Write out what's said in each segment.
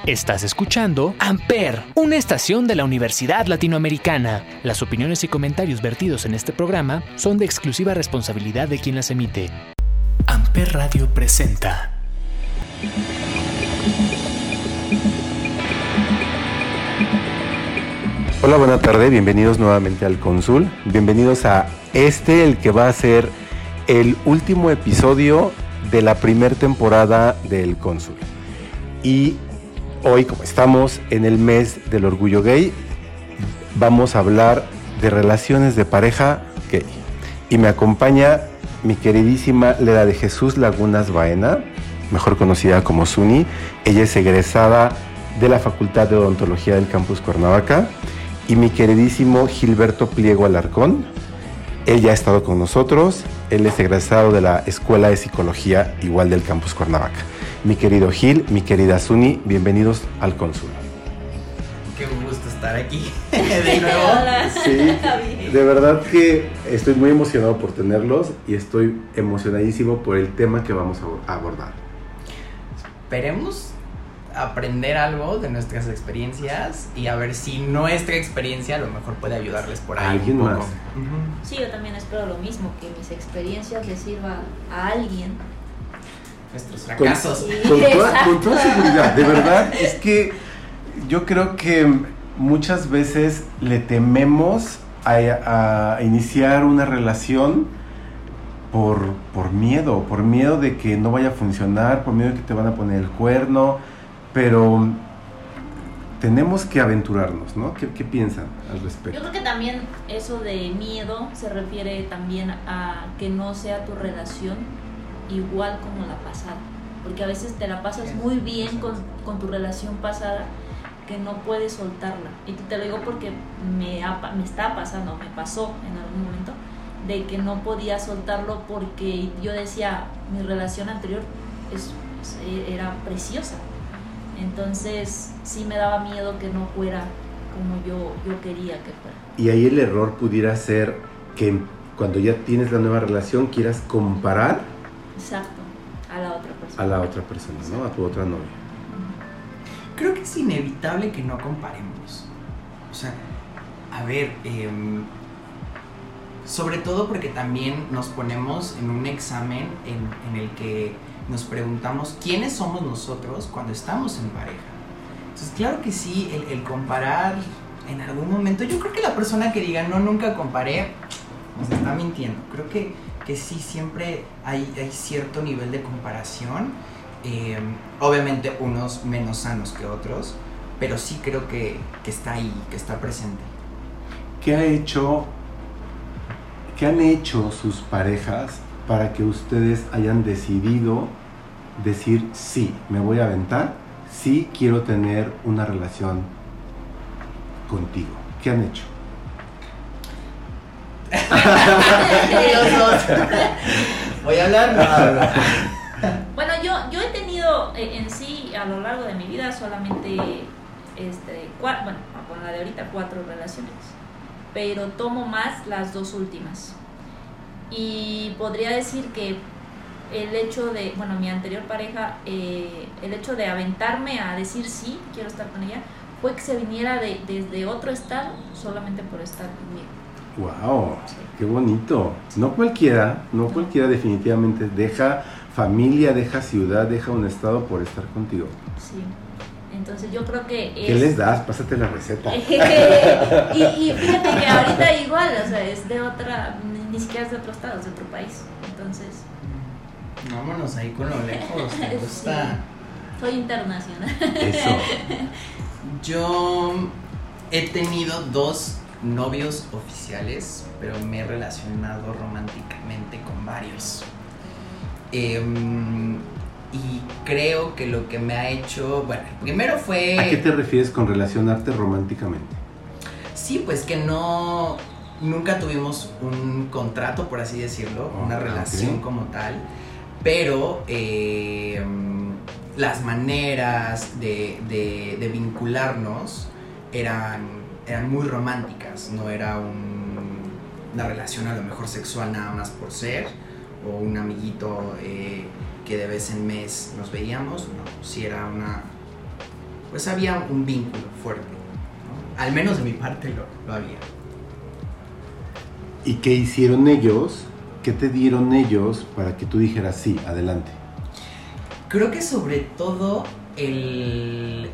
Estás escuchando Amper, una estación de la Universidad Latinoamericana. Las opiniones y comentarios vertidos en este programa son de exclusiva responsabilidad de quien las emite. Amper Radio presenta. Hola, buena tarde, bienvenidos nuevamente al Cónsul. Bienvenidos a el que va a ser el último episodio de la primera temporada del Cónsul. Y hoy, como estamos en el mes del orgullo gay, vamos a hablar de relaciones de pareja gay. Y me acompaña mi queridísima Leda de Jesús Lagunas Baena, mejor conocida como Suni. Ella es egresada de la Facultad de Odontología del Campus Cuernavaca. Y mi queridísimo Gilberto Pliego Alarcón. Él ya ha estado con nosotros. Él es egresado de la Escuela de Psicología, igual del Campus Cuernavaca. Mi querido Gil, mi querida Suni, bienvenidos al Cónsul. Qué gusto estar aquí de nuevo. Hola. Sí, de verdad que estoy muy emocionado por tenerlos y estoy emocionadísimo por el tema que vamos a abordar. Esperemos aprender algo de nuestras experiencias y a ver si nuestra experiencia a lo mejor puede ayudarles por ahí ¿Alguien un poco. más? Sí, yo también espero lo mismo, que mis experiencias le sirvan a alguien. Nuestros fracasos. Con toda seguridad, de verdad, es que yo creo que muchas veces le tememos a iniciar una relación por miedo de que no vaya a funcionar, por miedo de que te van a poner el cuerno, pero tenemos que aventurarnos, ¿no? ¿Qué piensan al respecto? Yo creo que también eso de miedo se refiere también a que no sea tu relación igual como la pasada, porque a veces te la pasas muy bien con tu relación pasada, que no puedes soltarla. Y te lo digo porque me pasó en algún momento, de que no podía soltarlo porque yo decía, mi relación anterior era preciosa. Entonces sí me daba miedo que no fuera como yo quería que fuera. Y ahí el error pudiera ser que cuando ya tienes la nueva relación quieras comparar. Exacto, a la otra persona. ¿No? A tu otra novia. Creo que es inevitable que no comparemos. O sea, a ver, sobre todo porque también nos ponemos en un examen en el que nos preguntamos quiénes somos nosotros cuando estamos en pareja. Entonces, claro que sí, el comparar en algún momento, yo creo que la persona que diga no, nunca comparé, nos está mintiendo. Creo que sí, siempre hay cierto nivel de comparación, obviamente unos menos sanos que otros, pero sí creo que está ahí, que está presente. ¿Qué han hecho sus parejas para que ustedes hayan decidido decir, sí, me voy a aventar, sí quiero tener una relación contigo? ¿Qué han hecho? Los dos. ¿Voy a hablar? No. Bueno, yo he tenido en sí a lo largo de mi vida solamente con la de ahorita 4 relaciones, pero tomo más las 2 últimas. Y podría decir que el hecho de, mi anterior pareja, el hecho de aventarme a decir sí, quiero estar con ella, fue que se viniera desde otro estado solamente por estar conmigo. ¡Wow! Sí. ¡Qué bonito! No cualquiera definitivamente deja familia, deja ciudad, deja un estado por estar contigo. Sí. Entonces yo creo que ¿Qué les das? Pásate la receta. y fíjate que ahorita igual, o sea, es de otra, ni siquiera es de otro estado, es de otro país. Entonces vámonos ahí con lo lejos, me gusta. Sí. Soy internacional. Eso. Yo he tenido 2 novios oficiales, pero me he relacionado románticamente con varios. Y creo que lo que me ha hecho, primero fue... ¿A qué te refieres con relacionarte románticamente? Sí, pues que nunca tuvimos un contrato, por así decirlo, una relación como tal, pero las maneras de vincularnos eran muy románticas, no era una relación a lo mejor sexual nada más por ser, o un amiguito que de vez en mes nos veíamos, no, sí era pues había un vínculo fuerte, ¿no? Al menos de mi parte lo había. ¿Y qué hicieron ellos? ¿Qué te dieron ellos para que tú dijeras sí, adelante? Creo que sobre todo el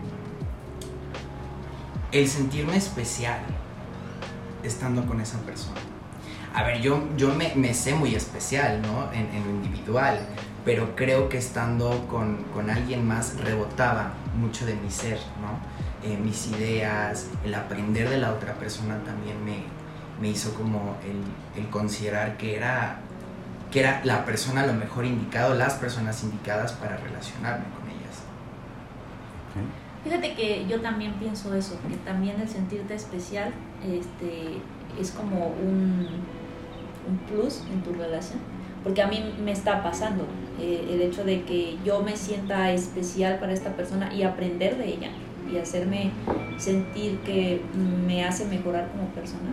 sentirme especial estando con esa persona. A ver, yo me sé muy especial, ¿no? En lo individual, pero creo que estando con alguien más rebotaba mucho de mi ser, ¿no? Mis ideas, el aprender de la otra persona también me hizo como el considerar que era la persona a lo mejor indicada, las personas indicadas para relacionarme con ellas. Fíjate que yo también pienso eso, que también el sentirte especial es como un plus en tu relación, porque a mí me está pasando el hecho de que yo me sienta especial para esta persona y aprender de ella y hacerme sentir que me hace mejorar como persona,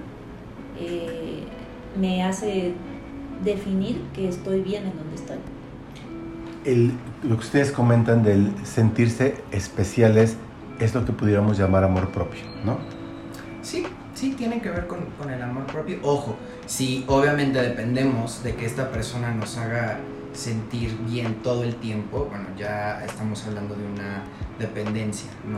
me hace definir que estoy bien en donde estoy. Lo que ustedes comentan del sentirse especiales es lo que pudiéramos llamar amor propio, ¿no? Sí, tiene que ver con el amor propio. Ojo, si obviamente dependemos de que esta persona nos haga sentir bien todo el tiempo, bueno, ya estamos hablando de una dependencia, ¿no?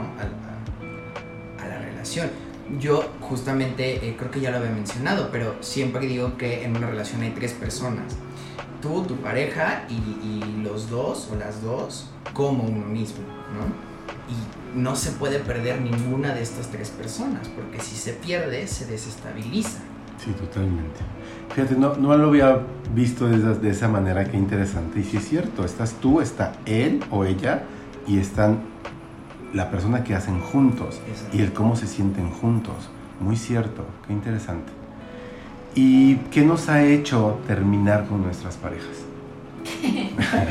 A la relación. Yo justamente, creo que ya lo había mencionado, pero siempre digo que en una relación hay 3 personas. Tú, tu pareja y los dos o las dos como uno mismo, ¿no? Y no se puede perder ninguna de estas 3 personas, porque si se pierde, se desestabiliza. Sí, totalmente. Fíjate, no lo había visto de esa manera, qué interesante. Y sí es cierto, estás tú, está él o ella y están la persona que hacen juntos. Exacto. Y el cómo se sienten juntos. Muy cierto, qué interesante. ¿Y qué nos ha hecho terminar con nuestras parejas? Y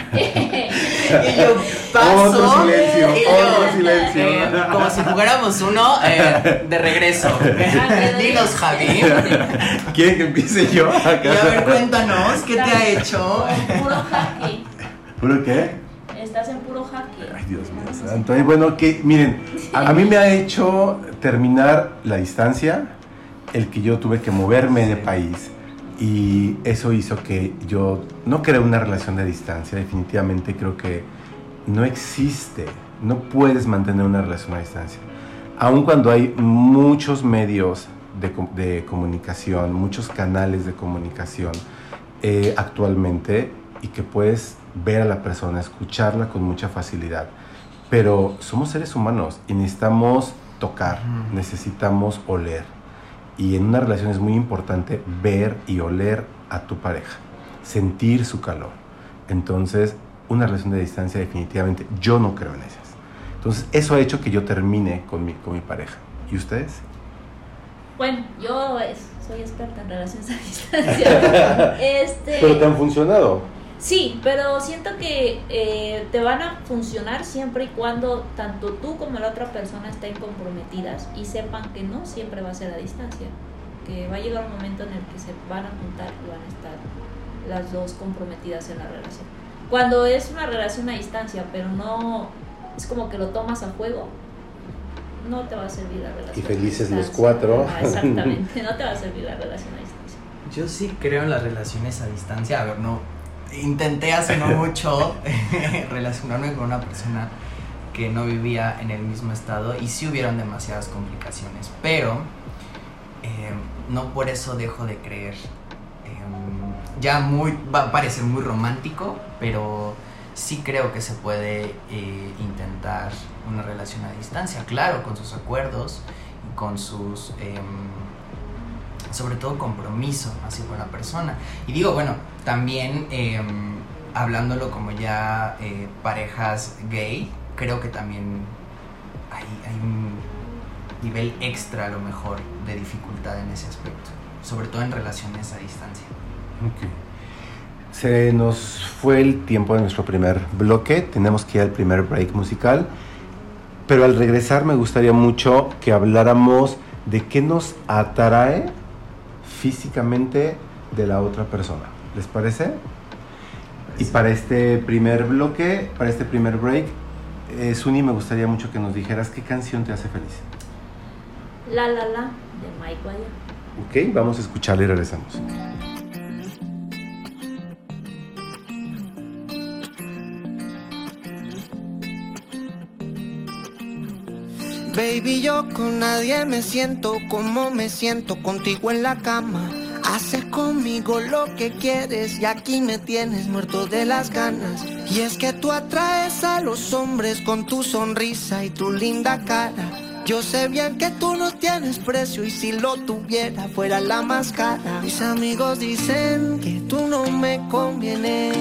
yo paso. Otro silencio. Como si jugáramos uno de regreso. Dinos, Javi. ¿Quieren que empiece yo? Y a ver, cuéntanos, ¿qué te ha hecho? Puro jaque. ¿Puro qué? Estás en puro jaque. Ay, Dios mío santo. Bueno, que miren, a mí me ha hecho terminar la distancia, el que yo tuve que moverme de país. Y eso hizo que yo no creo una relación de distancia. Definitivamente creo que no existe, no puedes mantener una relación a distancia. Aun cuando hay muchos medios de comunicación, muchos canales de comunicación actualmente, y que puedes ver a la persona, escucharla con mucha facilidad. Pero somos seres humanos y necesitamos tocar, necesitamos oler. Y en una relación es muy importante ver y oler a tu pareja, sentir su calor. Entonces, una relación de distancia definitivamente, yo no creo en esas. Entonces, eso ha hecho que yo termine con mi pareja. ¿Y ustedes? Bueno, yo soy experta en relaciones a distancia. ¿Pero te han funcionado? Sí, pero siento que te van a funcionar siempre y cuando tanto tú como la otra persona estén comprometidas y sepan que no siempre va a ser a distancia, que va a llegar un momento en el que se van a juntar y van a estar las dos comprometidas en la relación. Cuando es una relación a distancia, pero no es como que lo tomas a juego, no te va a servir la relación. Y felices los 4. Exactamente, no te va a servir la relación a distancia. Yo sí creo en las relaciones a distancia. A ver, intenté hace no mucho relacionarme con una persona que no vivía en el mismo estado y sí hubieron demasiadas complicaciones, pero no por eso dejo de creer. Va a parecer muy romántico, pero sí creo que se puede intentar una relación a distancia, claro, con sus acuerdos y con sus sobre todo compromiso así con la persona. Y digo, bueno, también hablándolo como ya parejas gay, creo que también hay un nivel extra a lo mejor de dificultad en ese aspecto, sobre todo en relaciones a distancia. Okay. Se nos fue el tiempo de nuestro primer bloque, tenemos que ir al primer break musical, pero al regresar me gustaría mucho que habláramos de qué nos atrae físicamente de la otra persona. ¿Les parece? Y para este primer bloque, para este primer break, Suni, me gustaría mucho que nos dijeras qué canción te hace feliz. La La La de Mike Wire. Ok, vamos a escucharla y regresamos. Baby, yo con nadie me siento como me siento contigo en la cama. Haces conmigo lo que quieres y aquí me tienes muerto de las ganas. Y es que tú atraes a los hombres con tu sonrisa y tu linda cara. Yo sé bien que tú no tienes precio y si lo tuviera fuera la más cara. Mis amigos dicen que tú no me convienes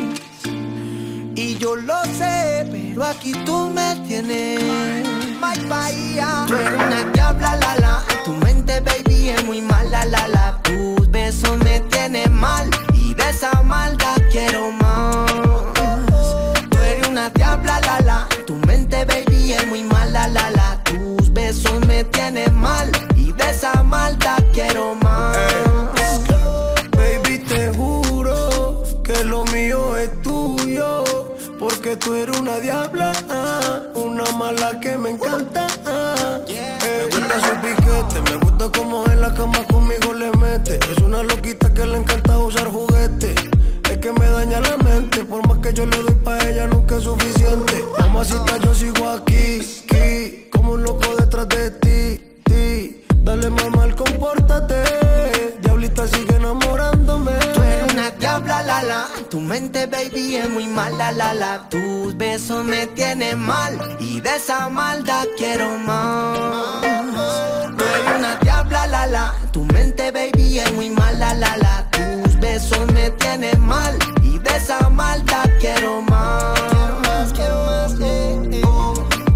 y yo lo sé, pero aquí tú me tienes. Mike Bahía, tú eres una diabla, la la. Tu mente, baby, es muy mala, la la. Tus besos me tienen mal y de esa maldad quiero más. Tú eres una diabla, la la. Tu mente, baby, es muy mala, la la. Tus besos me tienen mal y de esa maldad quiero más. Baby, te juro que lo mío es tuyo, porque tú eres una diabla, una mala que me encanta. Me gusta su piquete, me gusta como en la cama conmigo le mete. Es una loquita que le encanta usar juguetes. Es que me daña la mente, por más que yo le doy pa' ella nunca es suficiente. Mamacita, yo sigo aquí, como un loco detrás de ti. Dale mamá, compórtate, diablita sigue enamorándome. Tú eres una diabla, la la. Tu mente, baby, es muy mala, la la. Tus besos me tienen mal y de esa maldad quiero más. Tú eres una diabla, la la. Tu mente, baby, es muy mala, la la. Tus besos me tienen mal y de esa maldad quiero más. Quiero más, oh.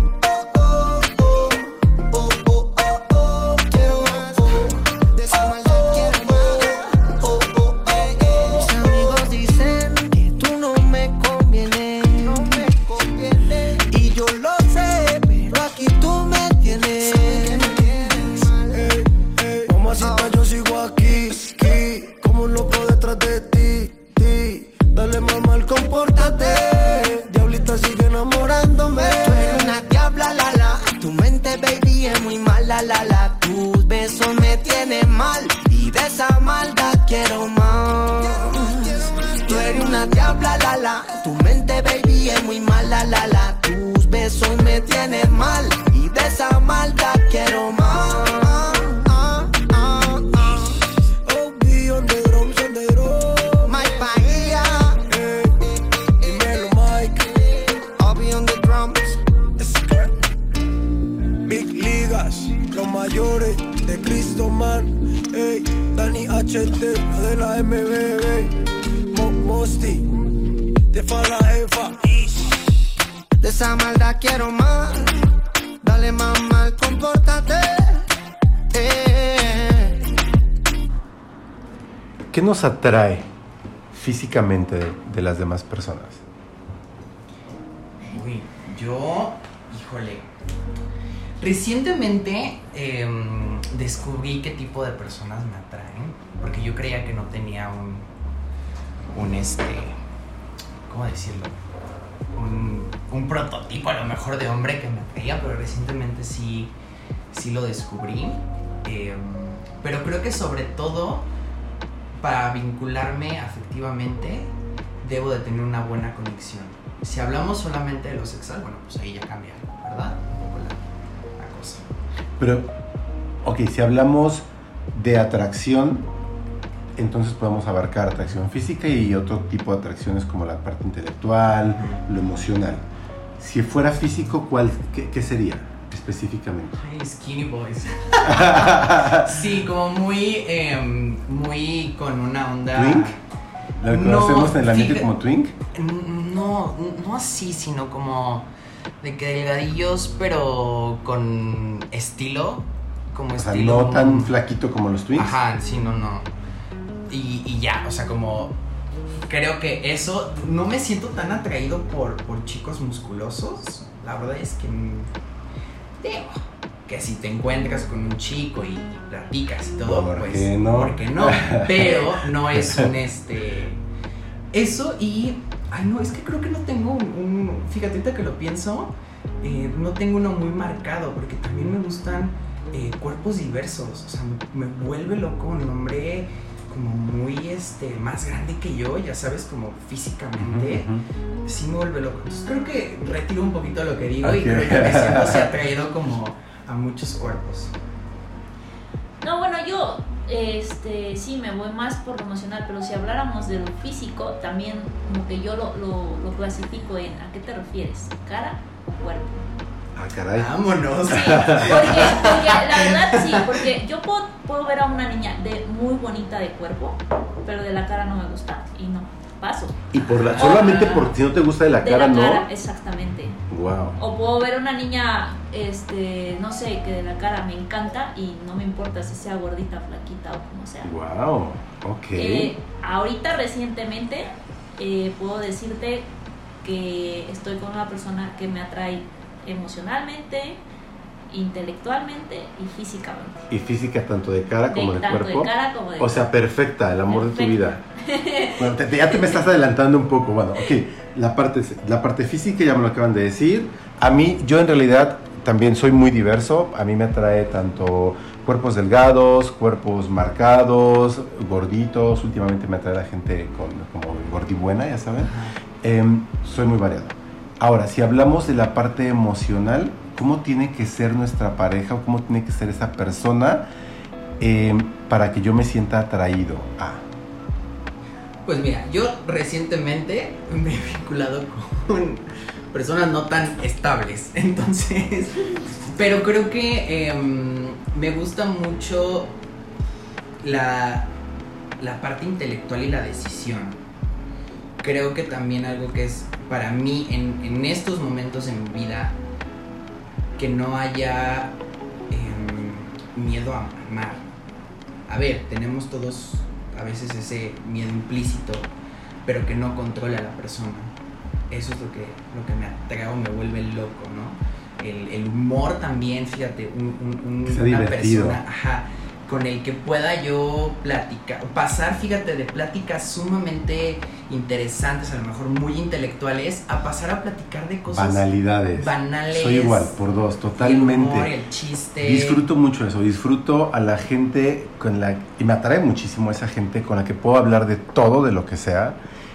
Compórtate, diablita sigue enamorándome. Tú eres una diabla, la la. Tu mente, baby, es muy mala, la la. Tus besos me tienen mal y de esa maldad quiero más. Tú eres una diabla, la la. Tu mente, baby, es muy mala, la la. Tus besos me tienen mal y de esa maldad quiero más. Mayores de Cristo Man, ey, Dani HT, la de la MBB, Mosti, de Fala Efa. De esa maldad quiero más. Dale mamá, compórtate. ¿Qué nos atrae físicamente de las demás personas? Uy, yo, híjole, recientemente descubrí qué tipo de personas me atraen, porque yo creía que no tenía un ¿cómo decirlo? Un prototipo a lo mejor de hombre que me atraía, pero recientemente sí lo descubrí. Pero creo que sobre todo para vincularme afectivamente debo de tener una buena conexión. Si hablamos solamente de lo sexual, bueno, pues ahí ya cambia, ¿verdad? Un poco la cosa. Pero, ok, si hablamos de atracción, entonces podemos abarcar atracción física y otro tipo de atracciones como la parte intelectual, lo emocional. Si fuera físico, ¿qué sería específicamente? Ay, skinny boys. Sí, como muy con una onda... ¿Twink? ¿Lo conocemos en la mente como twink? No así, sino como de que delgadillos, pero con estilo, como o sea, estilo... no tan flaquito como los twinks. Ajá, sí, no. Y ya, o sea, como... Creo que eso... No me siento tan atraído por chicos musculosos. La verdad es que... Digo, que si te encuentras con un chico y platicas y todo, ¿por pues... qué no? ¿Por qué no? Pero no es un Eso, y Ay, no, es que creo que no tengo fíjate, ahorita que lo pienso, no tengo uno muy marcado, porque también me gustan cuerpos diversos. O sea, me vuelve loco un hombre como muy más grande que yo, ya sabes, como físicamente. Sí me vuelve loco. Entonces creo que retiro un poquito lo que digo, y creo que me siento así atraído como a muchos cuerpos. No, bueno, yo sí me voy más por lo emocional, pero si habláramos de lo físico, también como que yo lo clasifico en ¿a qué te refieres? ¿Cara o cuerpo? Ah, caray. Vámonos. Sí, porque la verdad sí, porque yo puedo ver a una niña muy bonita de cuerpo, pero de la cara no me gusta y no paso. Y solamente porque si no te gusta de la cara, ¿no? Exactamente. Wow. O puedo ver a una niña, no sé, que de la cara me encanta y no me importa si sea gordita, flaquita o como sea. Wow. Ok. Ahorita recientemente puedo decirte que estoy con una persona que me atrae emocionalmente, intelectualmente y físicamente. Y física tanto de cara como de cuerpo. Tanto de cara como de O sea, perfecta, el amor perfecta de tu vida. Bueno, ya te me estás adelantando un poco. Bueno, ok, la parte física ya me lo acaban de decir. A mí, yo en realidad también soy muy diverso. A mí me atrae tanto cuerpos delgados, cuerpos marcados, gorditos. Últimamente me atrae la gente como gordibuena, ya saben. Soy muy variado. Ahora, si hablamos de la parte emocional, ¿cómo tiene que ser nuestra pareja o cómo tiene que ser esa persona para que yo me sienta atraído a? Pues mira, yo recientemente me he vinculado con personas no tan estables, entonces, pero creo que me gusta mucho la parte intelectual y la decisión. Creo que también algo que es para mí en estos momentos en mi vida, que no haya miedo a amar. A ver, tenemos todos a veces ese miedo implícito, pero que no controle a la persona. Eso es lo que me atrae o me vuelve loco, ¿no? El humor también, fíjate, una persona, con el que pueda yo platicar, pasar, fíjate, de pláticas sumamente interesantes, a lo mejor muy intelectuales, a pasar a platicar de cosas banales. Soy igual, por dos, totalmente. El humor, el chiste. Disfruto mucho eso, disfruto a la gente y me atrae muchísimo esa gente con la que puedo hablar de todo, de lo que sea,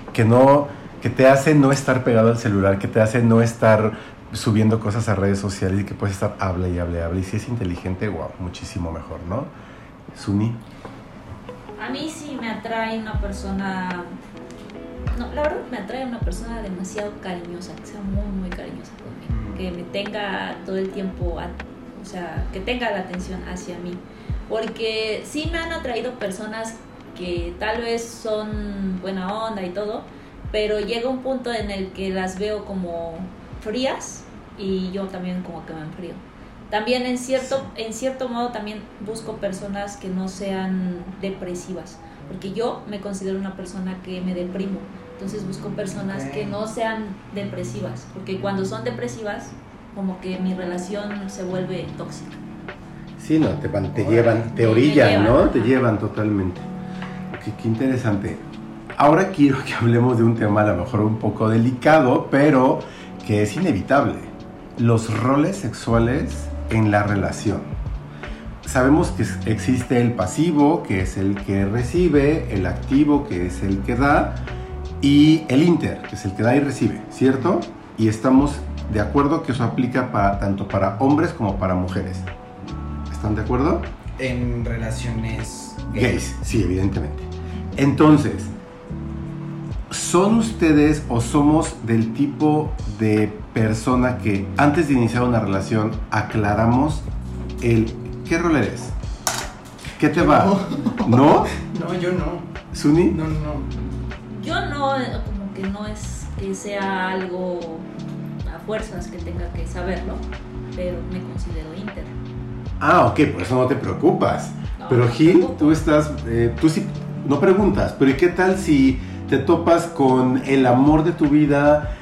que te hace no estar pegado al celular, que te hace no estar subiendo cosas a redes sociales y que puedes estar hable y si es inteligente, wow, muchísimo mejor, ¿no? Suni. A mí sí me atrae una persona, no, la verdad me atrae una persona demasiado cariñosa, que sea muy muy cariñosa conmigo, que me tenga todo el tiempo, o sea, que tenga la atención hacia mí, porque sí me han atraído personas que tal vez son buena onda y todo, pero llega un punto en el que las veo como frías y yo también como que me enfrío. También en cierto modo también busco personas que no sean depresivas, porque yo me considero una persona que me deprimo, entonces busco personas que no sean depresivas, porque cuando son depresivas como que mi relación se vuelve tóxica. Sí, no, te llevan, te orillan, ¿no? Te llevan totalmente. Qué interesante. Ahora quiero que hablemos de un tema a lo mejor un poco delicado, pero que es inevitable. Los roles sexuales en la relación. Sabemos que existe el pasivo, que es el que recibe, el activo, que es el que da, y el inter, que es el que da y recibe, ¿cierto? Y estamos de acuerdo que eso aplica tanto para hombres como para mujeres. ¿Están de acuerdo? En relaciones gays, sí, evidentemente. Entonces, ¿son ustedes o somos del tipo de persona que antes de iniciar una relación aclaramos ¿qué rol eres? ¿Qué te va? ¿No? No, yo no. ¿Suni? No. Yo no, como que no es que sea algo a fuerzas que tenga que saberlo, pero me considero inter. Ah, ok, por eso no te preocupas. No, pero no Gil, preocupo. tú sí, no preguntas, pero ¿y qué tal si te topas con el amor de tu vida?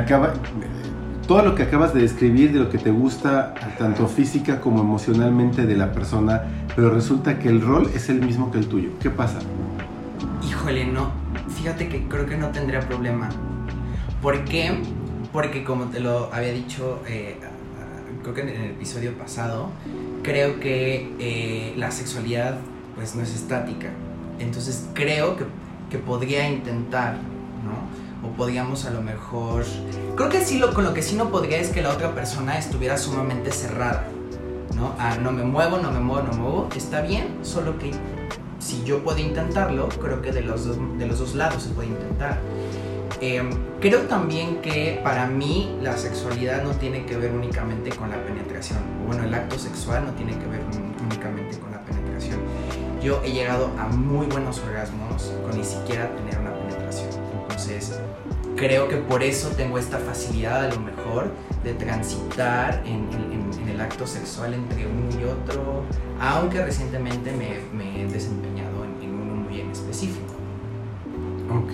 Todo lo que acabas de describir, de lo que te gusta, tanto física como emocionalmente de la persona, pero resulta que el rol es el mismo que el tuyo. ¿Qué pasa? Híjole, no. Fíjate que creo que no tendría problema. ¿Por qué? Porque como te lo había dicho, creo que en el episodio pasado, creo que la sexualidad pues no es estática. Entonces creo que podría intentar, ¿no? O podríamos a lo mejor... Creo que sí, con lo que sí no podría es que la otra persona estuviera sumamente cerrada, ¿no? No me muevo, está bien, solo que si yo puedo intentarlo, creo que de los dos lados se puede intentar. Creo también que para mí la sexualidad no tiene que ver únicamente con la penetración. Bueno, el acto sexual no tiene que ver únicamente con la penetración. Yo he llegado a muy buenos orgasmos con ni siquiera tener una penetración. Entonces, creo que por eso tengo esta facilidad a lo mejor de transitar en el acto sexual entre uno y otro, aunque recientemente me he desempeñado en uno muy en específico. Ok.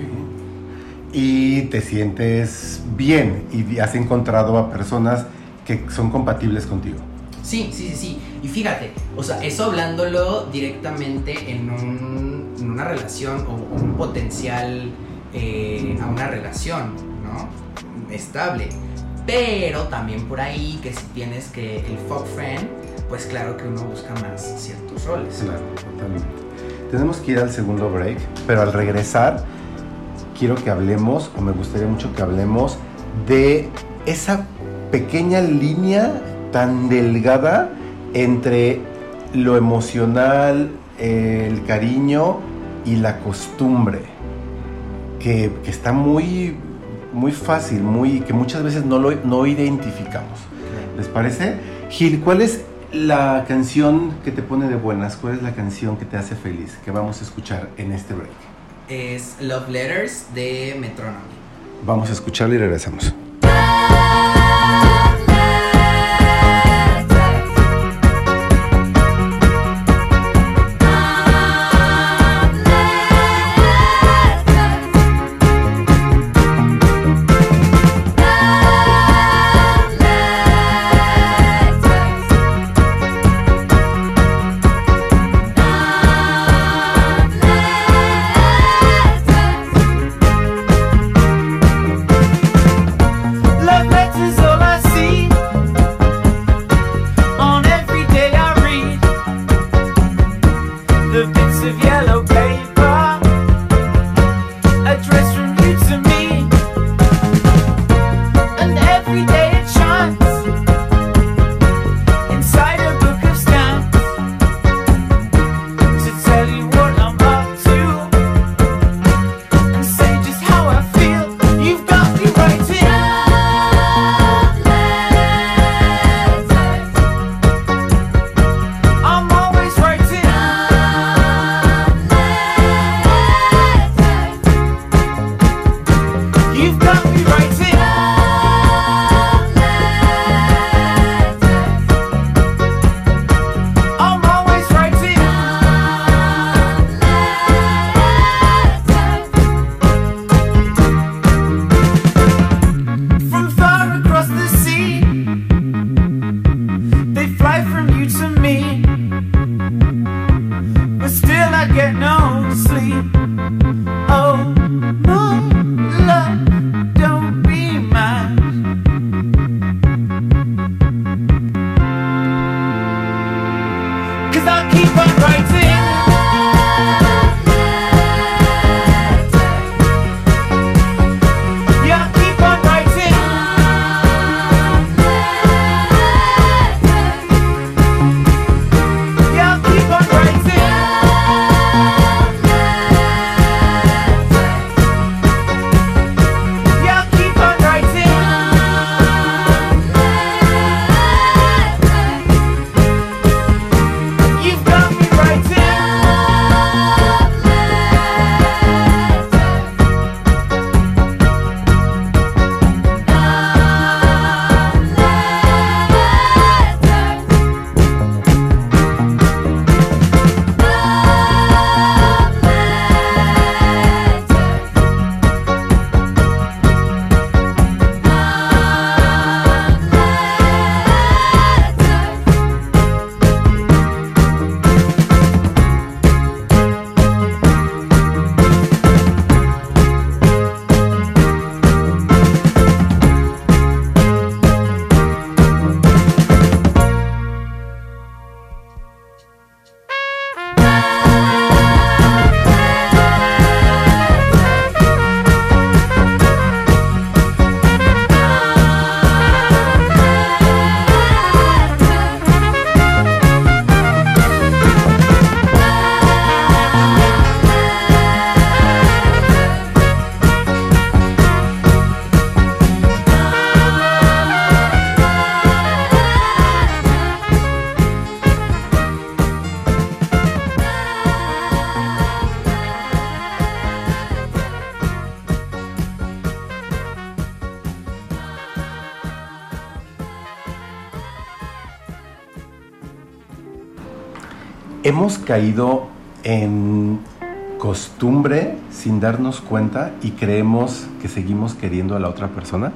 Y te sientes bien y has encontrado a personas que son compatibles contigo. Sí. Y fíjate, o sea, eso hablándolo directamente en una relación o un potencial a una relación, ¿no? Estable. Pero también por ahí que si tienes que el fuck friend, pues claro que uno busca más ciertos roles. Claro, totalmente. Tenemos que ir al segundo break, pero al regresar quiero que hablemos, o me gustaría mucho que hablemos de esa pequeña línea tan delgada entre lo emocional, el cariño y la costumbre, que está muy fácil, que muchas veces no identificamos. ¿Les parece? Gil, ¿cuál es la canción que te pone de buenas? ¿Cuál es la canción que te hace feliz? Que vamos a escuchar en este break. Es Love Letters de Metronomy. Vamos a escucharla y regresamos. hemos caído en costumbre sin darnos cuenta y creemos que seguimos queriendo a la otra persona.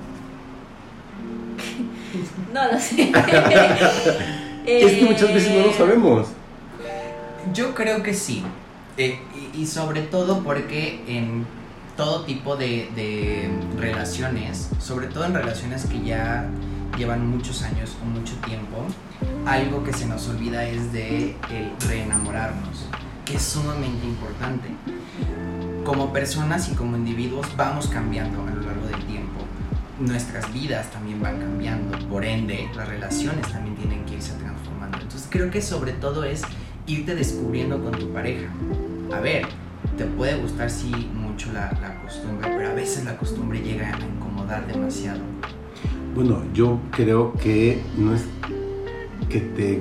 No lo sé. Es que muchas veces no lo sabemos. Yo creo que sí. Y sobre todo porque en todo tipo de relaciones, sobre todo en relaciones que ya llevan muchos años o mucho tiempo, algo que se nos olvida es de el reenamorarnos, que es sumamente importante. Como personas y como individuos vamos cambiando a lo largo del tiempo. Nuestras vidas también van cambiando, por ende las relaciones también tienen que irse transformando. Entonces creo que sobre todo es irte descubriendo con tu pareja. A ver, te puede gustar sí mucho la costumbre, pero a veces la costumbre llega a incomodar demasiado. Bueno, yo creo que no es que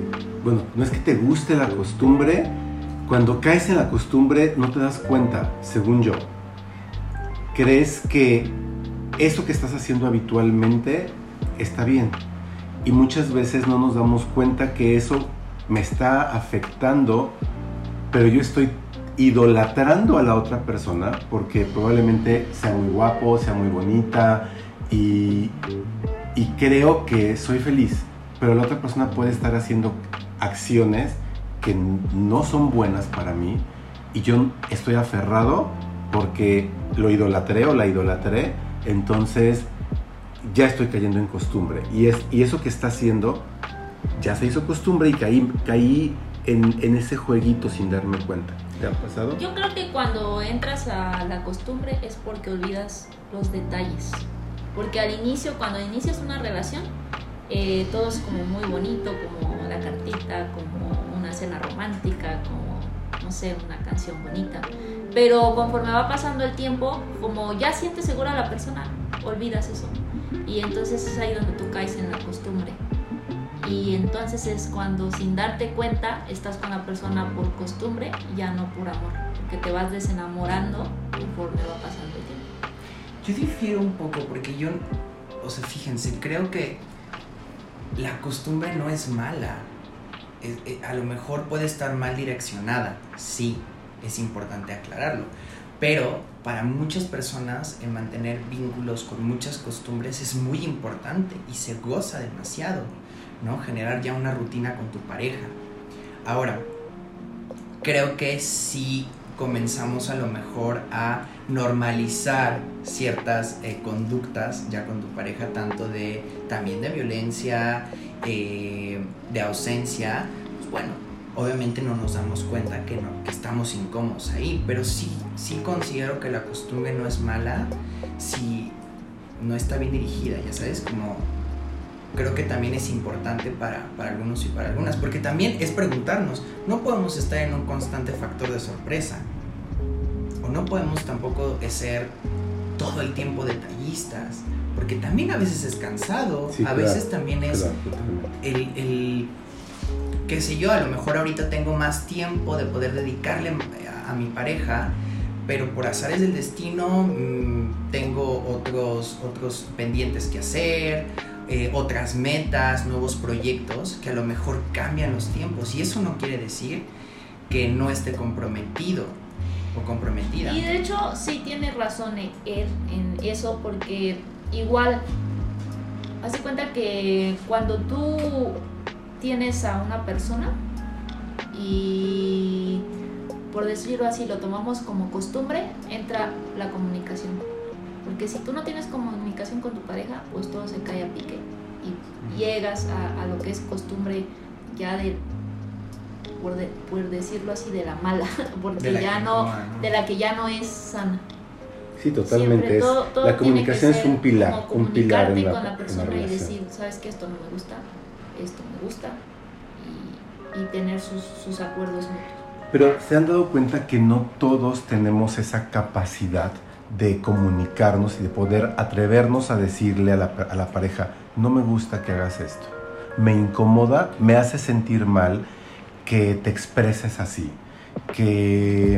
te guste la costumbre. Cuando caes en la costumbre no te das cuenta, según yo. Crees que eso que estás haciendo habitualmente está bien. Y muchas veces no nos damos cuenta que eso me está afectando, pero yo estoy idolatrando a la otra persona porque probablemente sea muy guapo, sea muy bonita y creo que soy feliz, pero la otra persona puede estar haciendo acciones que no son buenas para mí y yo estoy aferrado porque lo idolatré o la idolatré, entonces ya estoy cayendo en costumbre y eso que está haciendo ya se hizo costumbre y caí en ese jueguito sin darme cuenta. ¿Te ha pasado? Yo creo que cuando entras a la costumbre es porque olvidas los detalles. Porque al inicio, cuando inicias una relación, todo es como muy bonito, como la cartita, como una cena romántica, como, no sé, una canción bonita. Pero conforme va pasando el tiempo, como ya sientes segura a la persona, olvidas eso. Y entonces es ahí donde tú caes en la costumbre. Y entonces es cuando sin darte cuenta estás con la persona por costumbre, ya no por amor, porque te vas desenamorando conforme va pasando el tiempo. Yo difiero un poco porque yo, o sea, fíjense, creo que la costumbre no es mala. A lo mejor puede estar mal direccionada, sí, es importante aclararlo, pero para muchas personas el mantener vínculos con muchas costumbres es muy importante y se goza demasiado, ¿no? Generar ya una rutina con tu pareja. Ahora, creo que si comenzamos a lo mejor a normalizar ciertas conductas ya con tu pareja, tanto también de violencia, de ausencia, pues bueno, obviamente no nos damos cuenta que estamos incómodos ahí, pero sí considero que la costumbre no es mala si no está bien dirigida, ya sabes, como creo que también es importante para algunos y para algunas, porque también es preguntarnos, no podemos estar en un constante factor de sorpresa, o no podemos tampoco ser todo el tiempo detallistas, porque también a veces es cansado, sí, a veces también es el qué sé yo, a lo mejor ahorita tengo más tiempo de poder dedicarle a mi pareja, pero por azares del destino tengo otros pendientes que hacer, otras metas, nuevos proyectos que a lo mejor cambian los tiempos, y eso no quiere decir que no esté comprometido o comprometida. Y de hecho sí tiene razón él en eso, porque igual haz de cuenta que cuando tú tienes a una persona y por decirlo así lo tomamos como costumbre, entra la comunicación, porque si tú no tienes comunicación con tu pareja, pues todo se cae a pique y llegas a lo que es costumbre ya por decirlo así, de la mala, porque de la que ya no es sana. Sí, totalmente. Todo la comunicación es un pilar, como comunicarte con la persona y decir, sabes que esto no me gusta, esto me gusta, y tener sus acuerdos mutuos. Pero ¿se han dado cuenta que no todos tenemos esa capacidad de comunicarnos y de poder atrevernos a decirle a la pareja, no me gusta que hagas esto, me incomoda, me hace sentir mal que te expreses así, que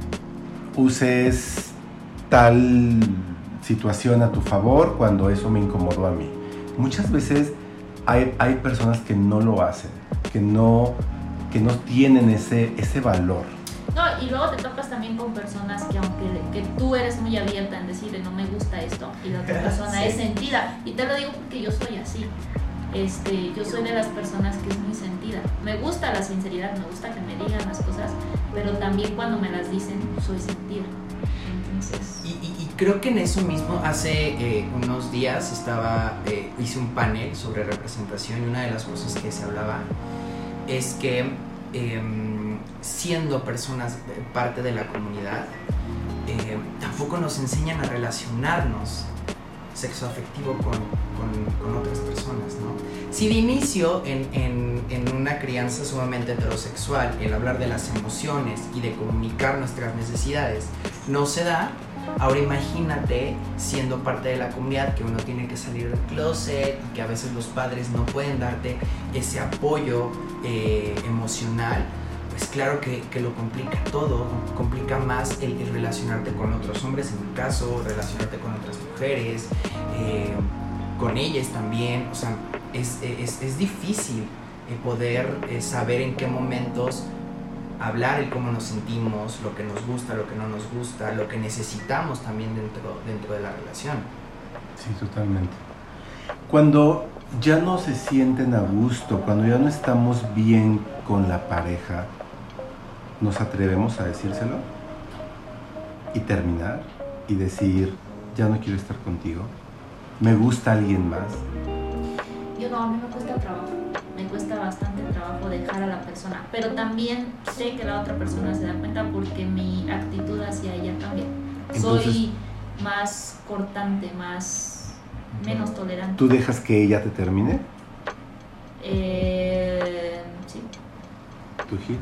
uses tal situación a tu favor cuando eso me incomodó a mí? Muchas veces hay personas que no lo hacen, que no tienen ese valor. No, y luego te topas también con personas que aunque que tú eres muy abierta en decirle no me gusta esto y la otra persona Sí. es sentida, y te lo digo porque yo soy así. Yo soy de las personas que es muy sentida. Me gusta la sinceridad, me gusta que me digan las cosas, pero también cuando me las dicen soy sentida. Entonces... Y creo que en eso mismo, hace unos días hice un panel sobre representación, y una de las cosas que se hablaba es que siendo personas parte de la comunidad, tampoco nos enseñan a relacionarnos sexoafectivo con otras personas, ¿no? Si de inicio en una crianza sumamente heterosexual el hablar de las emociones y de comunicar nuestras necesidades no se da, ahora imagínate siendo parte de la comunidad, que uno tiene que salir del closet y que a veces los padres no pueden darte ese apoyo emocional. Pues claro que lo complica todo, complica más el relacionarte con otros hombres, en mi caso, relacionarte con otras mujeres, con ellas también. O sea, es difícil poder saber en qué momentos hablar, el cómo nos sentimos, lo que nos gusta, lo que no nos gusta, lo que necesitamos también dentro de la relación. Sí, totalmente. Cuando ya no se sienten a gusto, cuando ya no estamos bien con la pareja, ¿nos atrevemos a decírselo? Y terminar y decir, ya no quiero estar contigo, me gusta alguien más. Yo no, a mí me cuesta trabajo, me cuesta bastante trabajo dejar a la persona, pero también sé que la otra persona se da cuenta porque mi actitud hacia ella cambia. Entonces, soy más cortante, menos tolerante. ¿Tú dejas que ella te termine? Sí. ¿Tu Gil?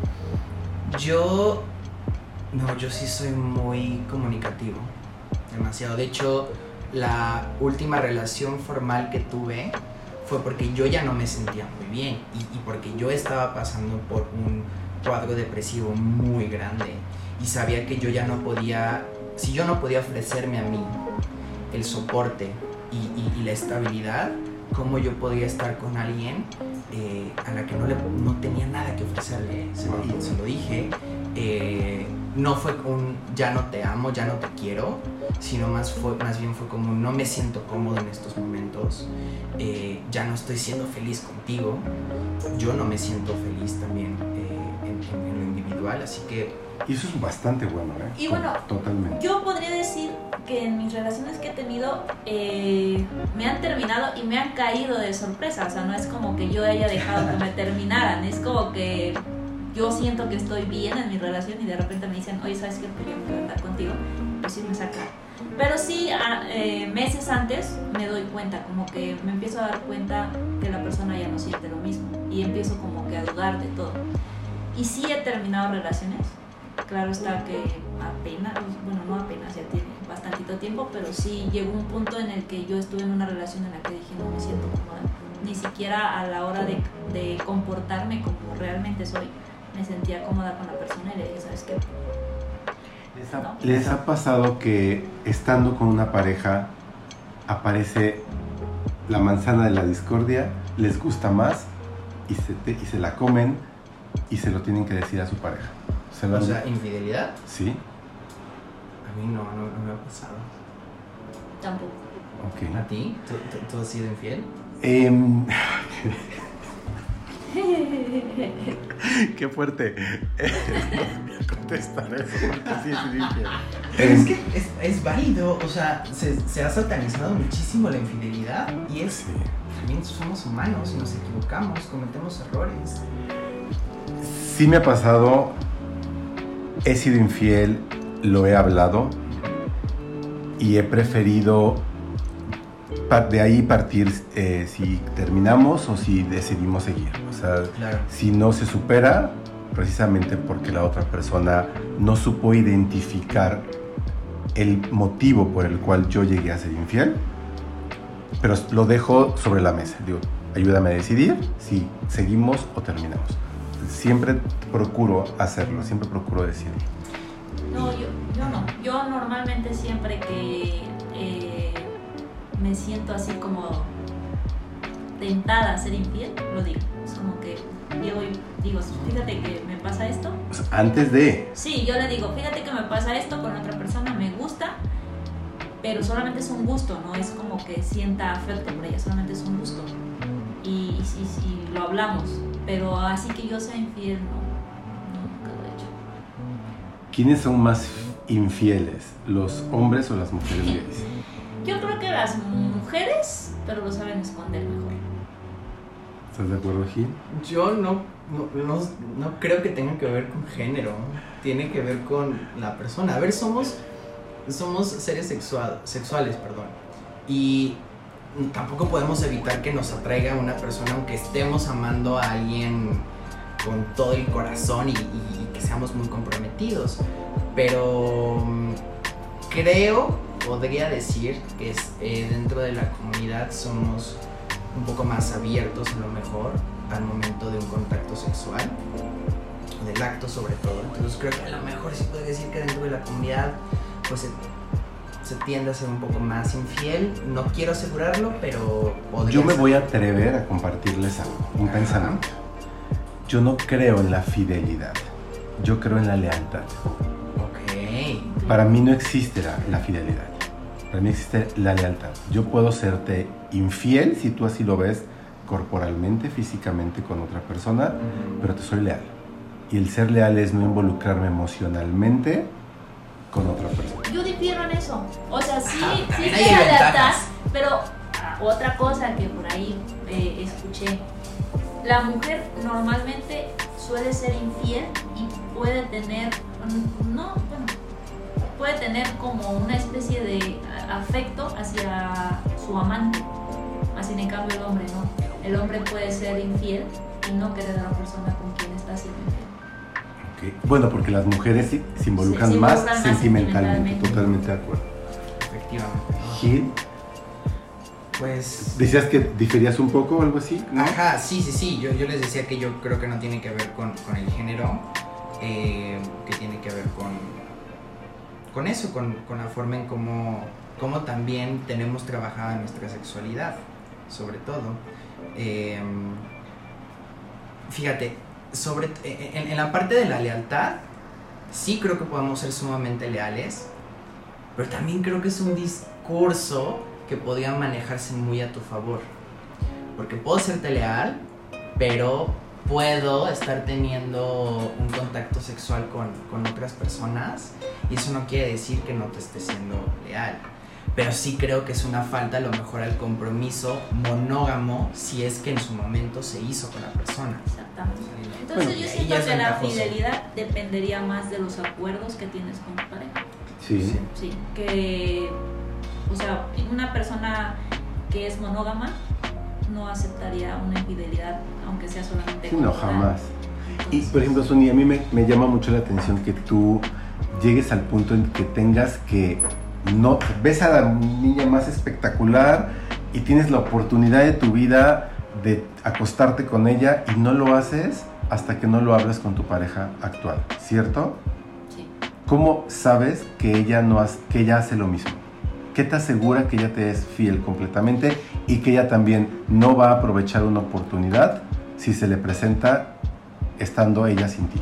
Yo sí soy muy comunicativo, demasiado. De hecho, la última relación formal que tuve fue porque yo ya no me sentía muy bien y porque yo estaba pasando por un cuadro depresivo muy grande y sabía que yo ya no podía, si yo no podía ofrecerme a mí el soporte y la estabilidad, ¿cómo yo podía estar con alguien a la que no tenía nada que ofrecerle? Se lo dije. No fue un ya no te amo, ya no te quiero, sino más bien fue como no me siento cómodo en estos momentos, ya no estoy siendo feliz contigo, yo no me siento feliz también en lo individual, así que... Y eso es bastante bueno, ¿eh? Y bueno, totalmente. Yo podría decir que en mis relaciones que he tenido me han terminado y me han caído de sorpresa, o sea, no es como que yo haya dejado que me terminaran, es como que yo siento que estoy bien en mi relación y de repente me dicen, oye, ¿sabes qué? Porque yo no puedo andar contigo, pues sí me saca. Pero sí, meses antes me doy cuenta, como que me empiezo a dar cuenta que la persona ya no siente lo mismo y empiezo como que a dudar de todo. Y sí he terminado relaciones, claro está que apenas, bueno, no apenas, ya tiene bastantito tiempo, pero sí llegó un punto en el que yo estuve en una relación en la que dije, no me siento cómoda, ni siquiera a la hora de comportarme como realmente soy, me sentía cómoda con la persona y le dije, ¿sabes qué? ¿Les ha pasado que estando con una pareja aparece la manzana de la discordia, les gusta más y se la comen y se lo tienen que decir a su pareja? O sea, ¿infidelidad? Sí. A mí no me ha pasado. Tampoco. Okay. ¿A ti? ¿Tú has sido infiel? Qué fuerte. No voy a contestar eso porque sí es infiel. Pero es que es válido, o sea, se ha satanizado muchísimo la infidelidad y es... Sí. También somos humanos y nos equivocamos, cometemos errores. Sí me ha pasado, he sido infiel, lo he hablado y he preferido de ahí partir si terminamos o si decidimos seguir. O sea, claro. Si no se supera, precisamente porque la otra persona no supo identificar el motivo por el cual yo llegué a ser infiel, pero lo dejo sobre la mesa. Digo, ayúdame a decidir si seguimos o terminamos. Siempre procuro hacerlo, siempre procuro decirlo. No, yo no. Yo normalmente siempre que me siento así como tentada a ser infiel, lo digo. Es como que llego y digo, fíjate que me pasa esto. O sea, antes de... Sí, yo le digo, fíjate que me pasa esto con otra persona, me gusta, pero solamente es un gusto, no es como que sienta afecto por ella, solamente es un gusto. Y lo hablamos, pero así que yo sea infiel, nunca lo he hecho. ¿Quiénes son más infieles, los hombres o las mujeres gays? Yo creo que las mujeres, pero lo saben esconder mejor. ¿Estás de acuerdo, Gil? Yo no creo que tenga que ver con género, tiene que ver con la persona. A ver, somos seres sexuales, y tampoco podemos evitar que nos atraiga una persona aunque estemos amando a alguien con todo el corazón y que seamos muy comprometidos. Pero podría decir que dentro de la comunidad somos un poco más abiertos a lo mejor al momento de un contacto sexual, del acto sobre todo. Entonces creo que a lo mejor sí podría decir que dentro de la comunidad pues se tiende a ser un poco más infiel. No quiero asegurarlo, pero podría Yo me ser. voy a atrever a compartirles algo, un pensamiento. Yo no creo en la fidelidad, yo creo en la lealtad. Ok. Para mí no existe la fidelidad, para mí existe la lealtad. Yo puedo serte infiel si tú así lo ves corporalmente, físicamente con otra persona, pero te soy leal. Y el ser leal es no involucrarme emocionalmente con otra persona. Yo difiero en eso. O sea, sí Ajá, existe hay la ventajas. lealtad, pero otra cosa que por ahí escuché. La mujer normalmente suele ser infiel y puede tener, puede tener como una especie de afecto hacia su amante. Así en cambio el hombre no. El hombre puede ser infiel y no querer a la persona con quien está siendo infiel. Okay. Bueno, porque las mujeres se involucran, Se más involucran más sentimentalmente, sentimentalmente. totalmente de acuerdo. Efectivamente. Gil, Pues decías que diferías un poco o algo así, ¿no? ajá, sí. Yo les decía que yo creo que no tiene que ver con el género, que tiene que ver con eso, con la forma en cómo también tenemos trabajada nuestra sexualidad, sobre todo. Fíjate, en la parte de la lealtad, sí creo que podemos ser sumamente leales, pero también creo que es un discurso que podría manejarse muy a tu favor. Porque puedo serte leal, pero puedo estar teniendo un contacto sexual con otras personas, y eso no quiere decir que no te esté siendo leal. Pero sí creo que es una falta a lo mejor al compromiso monógamo si es que en su momento se hizo con la persona. Exactamente. Entonces Bueno, yo y siento es que la ventajoso. fidelidad dependería más de los acuerdos que tienes con tu pareja. Sí. Sí, que, o sea, una persona que es monógama no aceptaría una infidelidad, aunque sea solamente Sí, con no, otra. jamás. Y Entonces, por ejemplo, Sonia, a mí me llama mucho la atención que tú llegues al punto en que tengas que no ves a la niña más espectacular y tienes la oportunidad de tu vida de acostarte con ella y no lo haces hasta que no lo hables con tu pareja actual, ¿cierto? sí. ¿Cómo sabes que ella hace lo mismo? ¿Qué te asegura que ella te es fiel completamente y que ella también no va a aprovechar una oportunidad si se le presenta estando ella sin ti?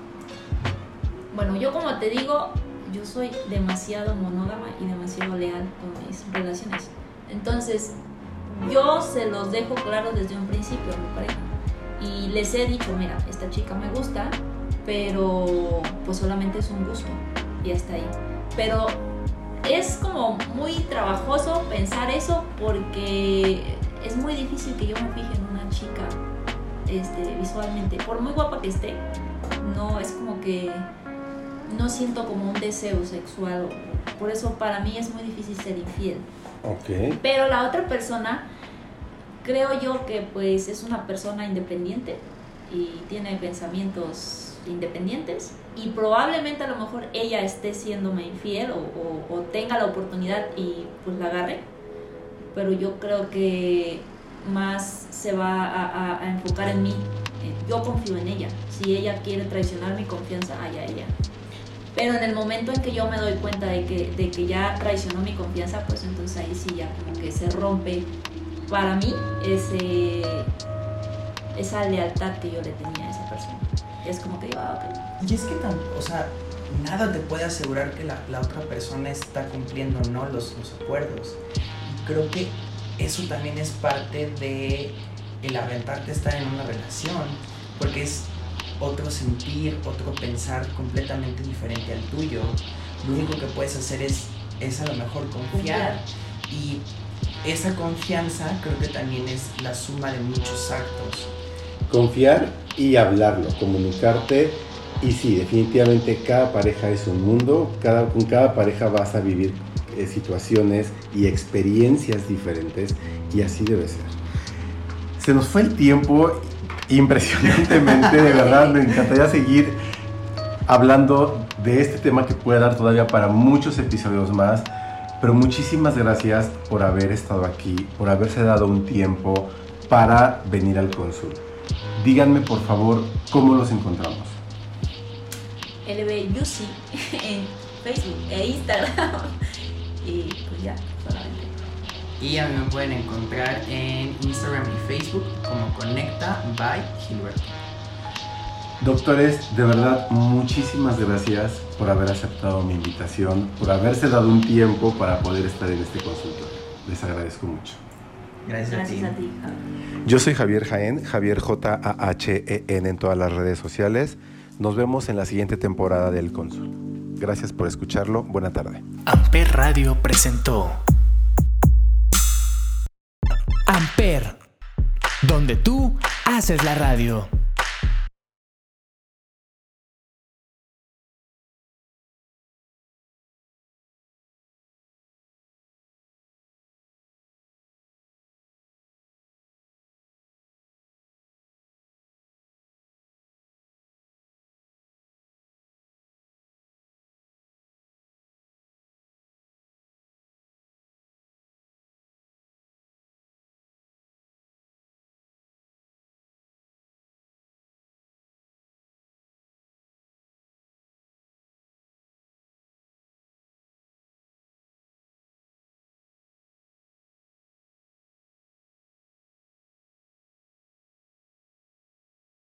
Bueno, yo como te digo, yo soy demasiado monógama y demasiado leal con mis relaciones. Entonces, yo se los dejo claro desde un principio a mi pareja. Y les he dicho, mira, esta chica me gusta, pero pues solamente es un gusto y hasta ahí. Pero es como muy trabajoso pensar eso porque es muy difícil que yo me fije en una chica visualmente. Por muy guapa que esté, no es como que no siento como un deseo sexual. Por eso para mí es muy difícil ser infiel. Ok. Pero la otra persona, creo yo que pues es una persona independiente y tiene pensamientos independientes y probablemente a lo mejor ella esté siéndome infiel o tenga la oportunidad y pues la agarre, pero yo creo que más se va a enfocar en mí. Yo confío en ella. Si ella quiere traicionar mi confianza, allá ella. Pero en el momento en que yo me doy cuenta de que ya traicionó mi confianza, pues entonces ahí sí ya como que se rompe para mí esa lealtad que yo le tenía a esa persona. Es como que, ok. Y es que, nada te puede asegurar que la otra persona está cumpliendo o no los acuerdos. Y creo que eso también es parte de el aventarte a estar en una relación, porque es otro sentir, otro pensar completamente diferente al tuyo. Lo único que puedes hacer es a lo mejor confiar. Y esa confianza creo que también es la suma de muchos actos. Confiar y hablarlo, comunicarte. Y sí, definitivamente cada pareja es un mundo, con cada pareja vas a vivir situaciones y experiencias diferentes, y así debe ser. Se nos fue el tiempo impresionantemente, de verdad me encantaría seguir hablando de este tema que puede dar todavía para muchos episodios más, pero muchísimas gracias por haber estado aquí, por haberse dado un tiempo para venir al Consul. Díganme por favor cómo los encontramos. LB Yusi en Facebook e Instagram. Y pues ya, solamente. Y a mí me pueden encontrar en Instagram y Facebook como Conecta by Gilberto. Doctores, de verdad, muchísimas gracias por haber aceptado mi invitación, por haberse dado un tiempo para poder estar en este consultorio. Les agradezco mucho. Gracias a ti. Javier. Yo soy Javier Jaén, Javier Jahen en todas las redes sociales. Nos vemos en la siguiente temporada del Consul. Gracias por escucharlo. Buena tarde. Amper Radio presentó Amper, donde tú haces la radio.